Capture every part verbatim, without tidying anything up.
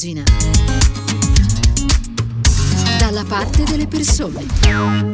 Immagina. Dalla parte delle persone.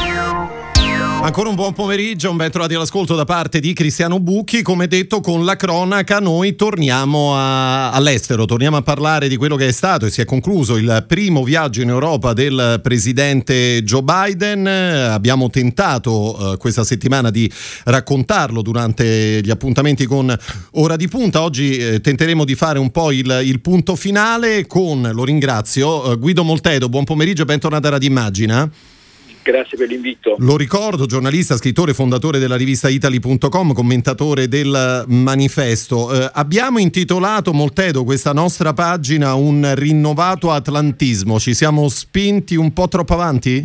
Ancora un buon pomeriggio, un ben trovati all'ascolto da parte di Cristiano Bucchi. Come detto, con la cronaca noi torniamo a, all'estero, torniamo a parlare di quello che è stato e si è concluso il primo viaggio in Europa del presidente Joe Biden. Abbiamo tentato eh, questa settimana di raccontarlo durante gli appuntamenti con Ora di Punta. Oggi eh, tenteremo di fare un po' il, il punto finale con, lo ringrazio, eh, Guido Moltedo. Buon pomeriggio e bentornata a Radio Immagina. Grazie per l'invito. Lo ricordo, giornalista, scrittore, fondatore della rivista Italy punto com, commentatore del Manifesto. Eh, abbiamo intitolato, Moltedo, questa nostra pagina Un rinnovato atlantismo. Ci siamo spinti un po' troppo avanti?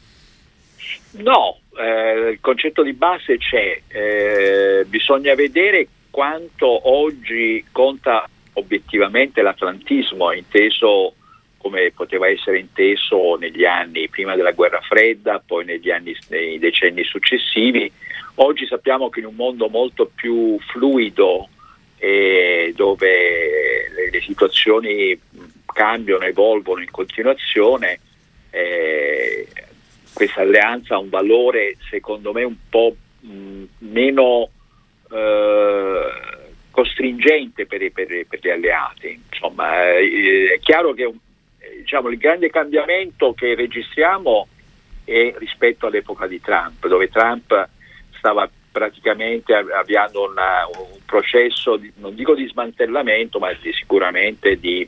No, eh, il concetto di base c'è. Eh, bisogna vedere quanto oggi conta obiettivamente l'atlantismo, inteso come poteva essere inteso negli anni prima della guerra fredda, poi negli anni, nei decenni successivi. Oggi sappiamo che in un mondo molto più fluido, eh, dove le, le situazioni cambiano, evolvono in continuazione, eh, questa alleanza ha un valore secondo me un po' mh, meno eh, costringente per, per, per gli alleati. Insomma, eh, è chiaro che un Diciamo, il grande cambiamento che registriamo è rispetto all'epoca di Trump, dove Trump stava praticamente avviando una, un processo, di, non dico di smantellamento, ma di, sicuramente di,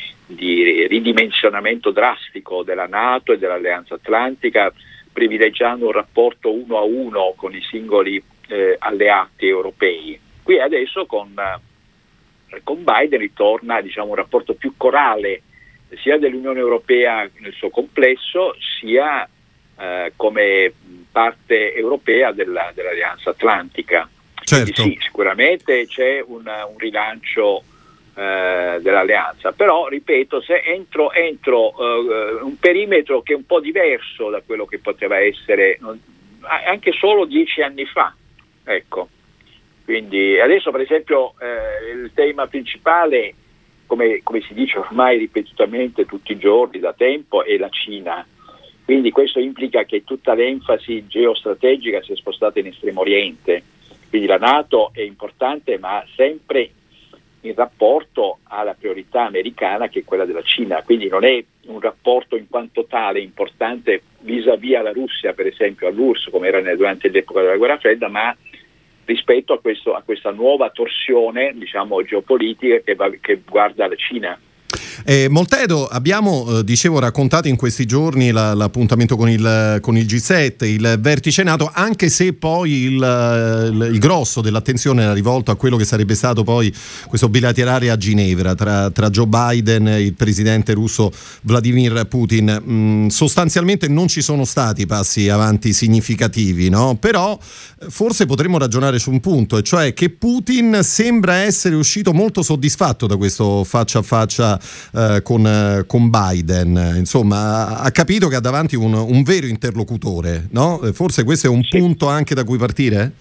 di ridimensionamento drastico della NATO e dell'Alleanza Atlantica, privilegiando un rapporto uno a uno con i singoli eh, alleati europei. Qui adesso con, con Biden ritorna, diciamo, un rapporto più corale sia dell'Unione Europea nel suo complesso, sia eh, come parte europea della, dell'Alleanza Atlantica. Certo. Quindi sì, sicuramente c'è un, un rilancio eh, dell'alleanza, però ripeto, se entro, entro eh, un perimetro che è un po' diverso da quello che poteva essere non, anche solo dieci anni fa. Ecco. Quindi adesso per esempio eh, il tema principale, Come, come si dice ormai ripetutamente tutti i giorni da tempo, è la Cina. Quindi questo implica che tutta l'enfasi geostrategica si è spostata in Estremo Oriente. Quindi la NATO è importante, ma sempre in rapporto alla priorità americana, che è quella della Cina. Quindi non è un rapporto in quanto tale importante vis-à-vis alla Russia, per esempio all'U R S S, come era durante l'epoca della guerra fredda, ma rispetto a, questo, a questa nuova torsione, diciamo, geopolitica che, va, che guarda la Cina. Eh, Moltedo, abbiamo, eh, dicevo, raccontato in questi giorni la, l'appuntamento con il, con il G sette, il vertice NATO, anche se poi il, il, il grosso dell'attenzione era rivolto a quello che sarebbe stato poi questo bilaterale a Ginevra tra, tra Joe Biden e il presidente russo Vladimir Putin. Mm, sostanzialmente non ci sono stati passi avanti significativi, no? Però forse potremmo ragionare su un punto, e cioè che Putin sembra essere uscito molto soddisfatto da questo faccia a faccia Uh, con, uh, con Biden. Insomma, ha, ha capito che ha davanti un, un vero interlocutore, no? Forse questo è un sì. punto anche da cui partire?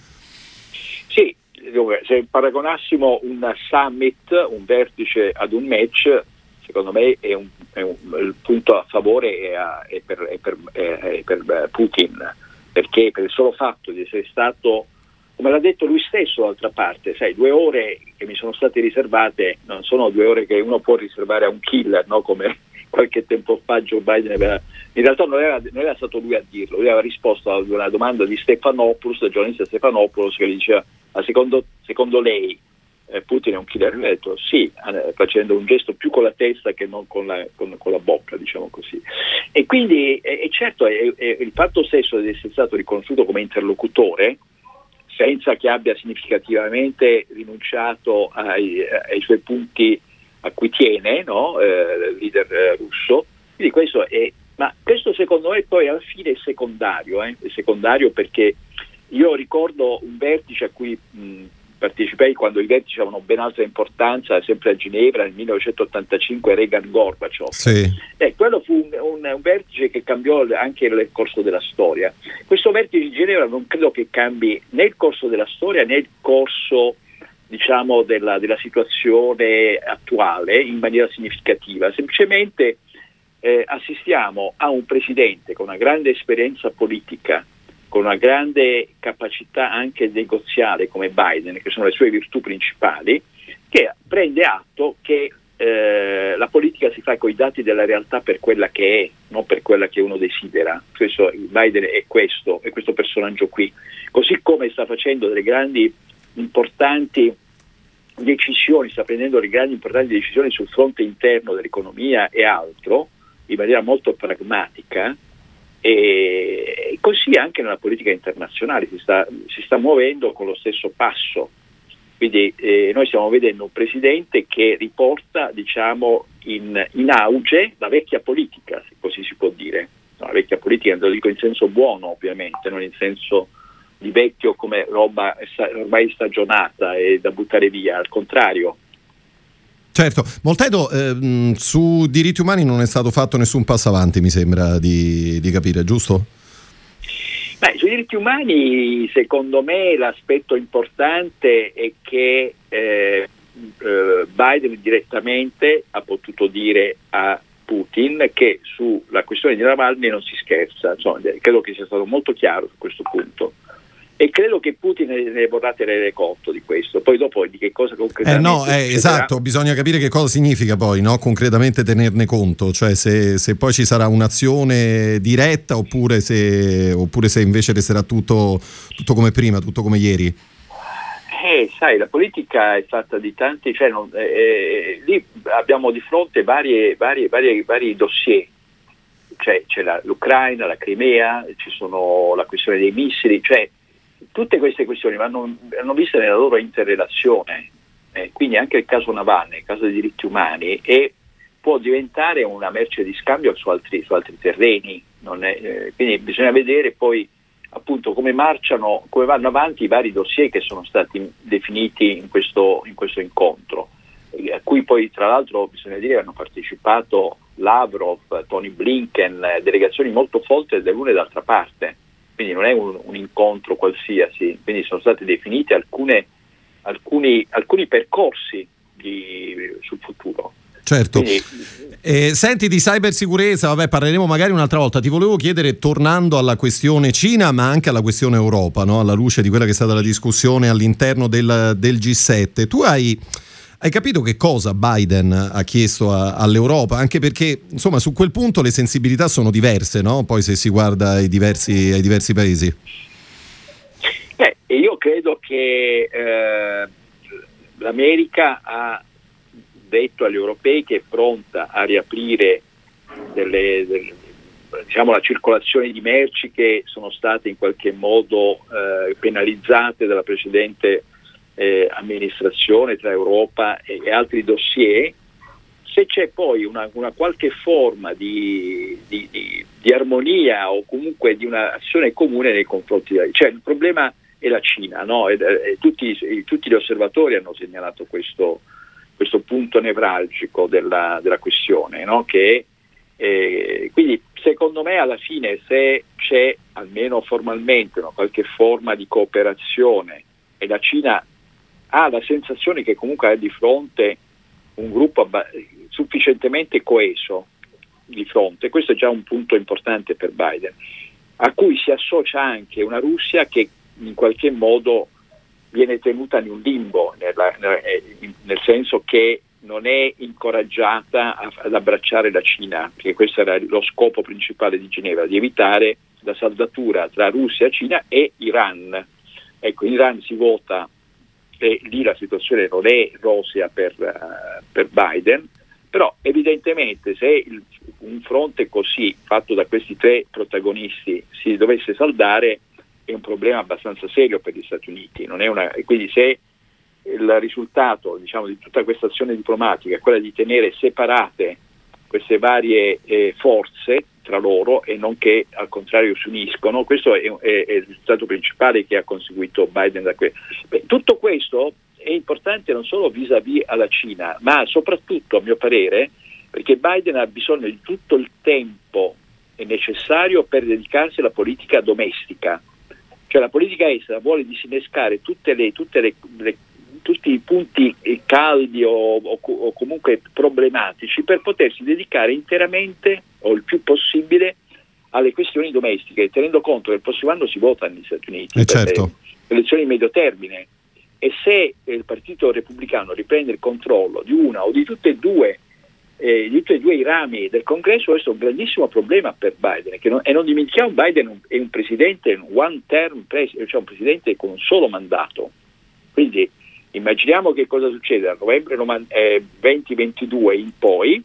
Sì, se paragonassimo un summit, un vertice ad un match, secondo me è un, è un, il punto a favore è, a, è, per, è, per, è per Putin, perché per il solo fatto di essere stato, come l'ha detto lui stesso d'altra parte, sai, due ore che mi sono state riservate non sono due ore che uno può riservare a un killer, no? Come qualche tempo fa Joe Biden aveva, in realtà non era, non era stato lui a dirlo, lui aveva risposto a una domanda di Stephanopoulos, del giornalista Stephanopoulos, che gli diceva: ma secondo, secondo lei eh, Putin è un killer? Lui ha detto sì, eh, facendo un gesto più con la testa che non con la, con, con la bocca, diciamo così. E quindi è, è certo, è, è, il fatto stesso di essere stato riconosciuto come interlocutore, senza che abbia significativamente rinunciato ai, ai suoi punti a cui tiene, no? eh, il leader eh, russo. Quindi questo è, ma questo secondo me poi alla fine è secondario, eh? è secondario perché io ricordo un vertice a cui mh, partecipai quando i vertici avevano ben altra importanza, sempre a Ginevra nel millenovecentottantacinque, Reagan-Gorbaciov. Sì. Eh, quello fu un, un, un vertice che cambiò anche il corso della storia. Questo vertice di Ginevra non credo che cambi né il corso della storia né il corso diciamo, della, della situazione attuale in maniera significativa. Semplicemente eh, assistiamo a un presidente con una grande esperienza politica, con una grande capacità anche negoziale come Biden, che sono le sue virtù principali, che prende atto che eh, la politica si fa con i dati della realtà per quella che è, non per quella che uno desidera. Questo, Biden è questo, è questo personaggio qui. Così come sta facendo delle grandi importanti decisioni, sta prendendo le grandi importanti decisioni sul fronte interno dell'economia e altro, in maniera molto pragmatica, e così anche nella politica internazionale si sta, si sta muovendo con lo stesso passo. Quindi eh, noi stiamo vedendo un presidente che riporta, diciamo, in, in auge la vecchia politica, se così si può dire. No, la vecchia politica, lo dico in senso buono ovviamente, non in senso di vecchio come roba ormai stagionata e da buttare via, al contrario. Certo, Moltedo, eh, su diritti umani non è stato fatto nessun passo avanti, mi sembra di, di capire, giusto? Beh, sui diritti umani, secondo me, l'aspetto importante è che eh, eh, Biden direttamente ha potuto dire a Putin che sulla questione di Navalny non si scherza. Insomma, credo che sia stato molto chiaro su questo punto. E credo che Putin ne vorrà tenere conto di questo. Poi dopo di che cosa concretamente eh no, eh, esatto, bisogna capire che cosa significa poi, no? Concretamente tenerne conto, cioè se, se poi ci sarà un'azione diretta oppure se, oppure se invece resterà tutto, tutto come prima, tutto come ieri. Eh, sai, la politica è fatta di tanti, cioè non, eh, lì abbiamo di fronte varie, varie, varie, vari dossier. Cioè, c'è la, l'Ucraina, la Crimea, ci sono la questione dei missili, cioè tutte queste questioni vanno, vanno viste nella loro interrelazione, eh, quindi anche il caso Navalny, il caso dei diritti umani, e può diventare una merce di scambio su altri, su altri terreni. Non è, eh, quindi bisogna vedere poi appunto come marciano, come vanno avanti i vari dossier che sono stati definiti in questo, in questo incontro, eh, a cui poi tra l'altro bisogna dire che hanno partecipato Lavrov, Tony Blinken, eh, delegazioni molto forti dall'una e dall'altra parte. Quindi non è un, un incontro qualsiasi, quindi sono state definite alcune, alcuni, alcuni percorsi di, sul futuro. Certo. Quindi, eh, senti, di cybersicurezza, vabbè, parleremo magari un'altra volta. Ti volevo chiedere, tornando alla questione Cina, ma anche alla questione Europa, no? Alla luce di quella che è stata la discussione all'interno del, del G sette, tu hai... Hai capito che cosa Biden ha chiesto a, all'Europa? Anche perché, insomma, su quel punto le sensibilità sono diverse, no? Poi se si guarda ai diversi, ai diversi paesi. Beh, io credo che eh, l'America ha detto agli europei che è pronta a riaprire delle, delle, diciamo, la circolazione di merci che sono state in qualche modo eh, penalizzate dalla precedente Eh, amministrazione tra Europa e, e altri dossier. Se c'è poi una, una qualche forma di, di, di, di armonia o comunque di un'azione comune nei confronti di, cioè il problema è la Cina, no? E, e tutti, e, tutti gli osservatori hanno segnalato questo, questo punto nevralgico della, della questione, no? Che eh, quindi secondo me alla fine se c'è almeno formalmente una qualche forma di cooperazione e la Cina ha la sensazione che comunque ha di fronte un gruppo abba- sufficientemente coeso di fronte, questo è già un punto importante per Biden, a cui si associa anche una Russia che in qualche modo viene tenuta in un limbo, nella, nel senso che non è incoraggiata a, ad abbracciare la Cina, perché questo era lo scopo principale di Ginevra, di evitare la saldatura tra Russia, Cina e Iran. Ecco, in Iran si vota e lì la situazione non è rosea per, uh, per Biden, però evidentemente se il, un fronte così fatto da questi tre protagonisti si dovesse saldare è un problema abbastanza serio per gli Stati Uniti, non è una, e quindi se il risultato, diciamo, di tutta questa azione diplomatica è quella di tenere separate queste varie eh, forze tra loro e non che al contrario si uniscono, questo è, è, è il risultato principale che ha conseguito Biden da que- Beh, tutto questo è importante non solo vis-à-vis alla Cina, ma soprattutto a mio parere perché Biden ha bisogno di tutto il tempo necessario per dedicarsi alla politica domestica, cioè la politica estera vuole disinnescare tutte le, tutte le, le tutti i punti caldi o, o, o comunque problematici per potersi dedicare interamente o il più possibile alle questioni domestiche, tenendo conto che il prossimo anno si vota negli Stati Uniti eh per certo. le elezioni di medio termine, e se il Partito Repubblicano riprende il controllo di una o di tutte e due eh, di tutti e due i rami del Congresso, questo è un grandissimo problema per Biden, che non, e non dimentichiamo, Biden è un presidente, un one term president, cioè un presidente con un solo mandato. Quindi immaginiamo che cosa succede da novembre eh, duemilaventidue in poi.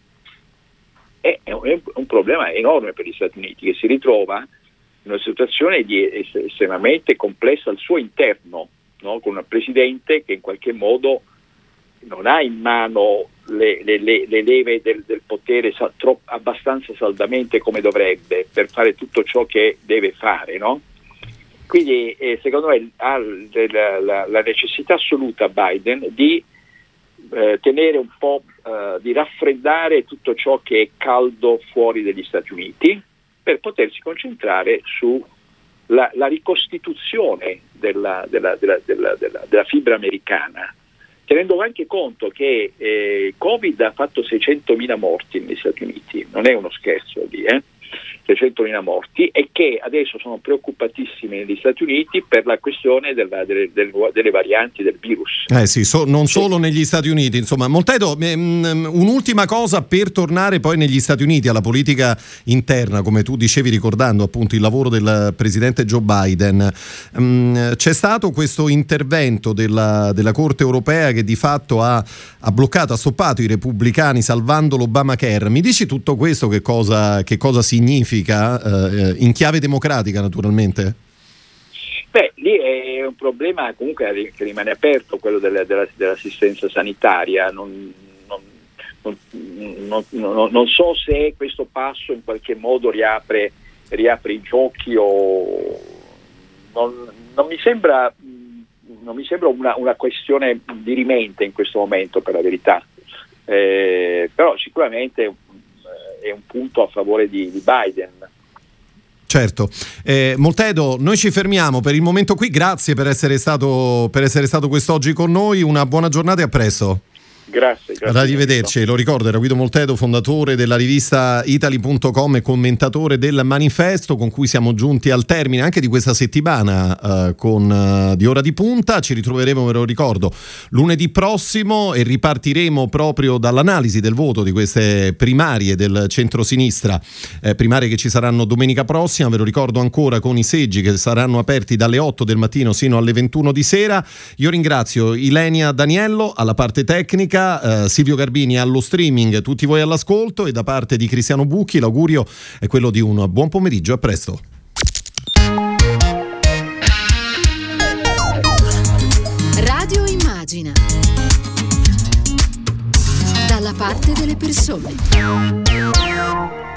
È un, un problema enorme per gli Stati Uniti, che si ritrova in una situazione di estremamente complessa al suo interno, no? Con un presidente che in qualche modo non ha in mano le, le, le, le leve del, del potere sa, troppo, abbastanza saldamente come dovrebbe per fare tutto ciò che deve fare, no? Quindi eh, secondo me ha la, la, la necessità assoluta Biden di eh, tenere un po', eh, di raffreddare tutto ciò che è caldo fuori degli Stati Uniti, per potersi concentrare su la, la ricostituzione della, della, della, della, della, della fibra americana, tenendo anche conto che eh, Covid ha fatto seicentomila morti negli Stati Uniti, non è uno scherzo lì, eh? seicentomila morti, e che adesso sono preoccupatissimi negli Stati Uniti per la questione della, delle, delle, delle varianti del virus. Eh sì, so, non solo negli Stati Uniti, insomma. Moltedo, ehm, un'ultima cosa per tornare poi negli Stati Uniti alla politica interna, come tu dicevi ricordando appunto il lavoro del presidente Joe Biden. Ehm, c'è stato questo intervento della, della Corte Europea che di fatto ha, ha bloccato, ha stoppato i repubblicani salvando l'Obamacare. Mi dici tutto questo che cosa, che cosa significa? Eh, in chiave democratica naturalmente? Beh, lì è un problema comunque che rimane aperto, quello della, della, dell'assistenza sanitaria. Non, non, non, non, non so se questo passo in qualche modo riapre, riapre i giochi o non, non mi sembra, non mi sembra una, una questione dirimente in questo momento, per la verità, eh, però sicuramente è un punto a favore di, di Biden. Certo. Eh, Moltedo, noi ci fermiamo per il momento qui, grazie per essere stato per essere stato quest'oggi con noi, una buona giornata e a presto. Grazie, grazie. Arrivederci, lo ricordo, era Guido Moltedo, fondatore della rivista Italy punto com e commentatore del Manifesto, con cui siamo giunti al termine anche di questa settimana eh, con uh, di Ora di Punta. Ci ritroveremo, ve lo ricordo, lunedì prossimo e ripartiremo proprio dall'analisi del voto di queste primarie del centrosinistra, eh, primarie che ci saranno domenica prossima, ve lo ricordo ancora, con i seggi che saranno aperti dalle otto del mattino sino alle ventuno di sera. Io ringrazio Ilenia Daniello alla parte tecnica, Uh, Silvio Garbini allo streaming, tutti voi all'ascolto, e da parte di Cristiano Bucchi l'augurio è quello di un buon pomeriggio, a presto. Radio Immagina, dalla parte delle persone.